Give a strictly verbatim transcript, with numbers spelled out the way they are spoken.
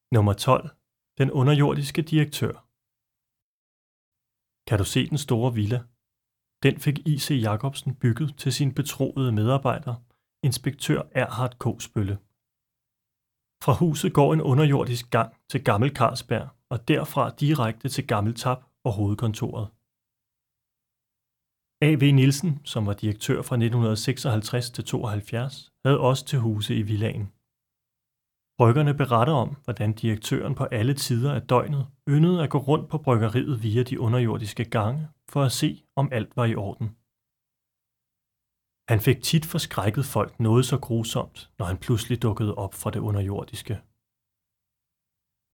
Nummer tolv. Den underjordiske direktør. Kan du se den store villa? Den fik I C Jacobsen bygget til sin betroede medarbejder, inspektør Erhard Kogsbølle. Fra huset går en underjordisk gang til Gammel Carlsberg og derfra direkte til Gammel Tap og hovedkontoret. A V Nielsen, som var direktør fra nitten seksoghalvtreds til tooghalvfjerds, havde også til huse i villaen. Bryggerne beretter om, hvordan direktøren på alle tider af døgnet yndede at gå rundt på bryggeriet via de underjordiske gange for at se, om alt var i orden. Han fik tit forskrækket folk noget så grusomt, når han pludselig dukkede op fra det underjordiske.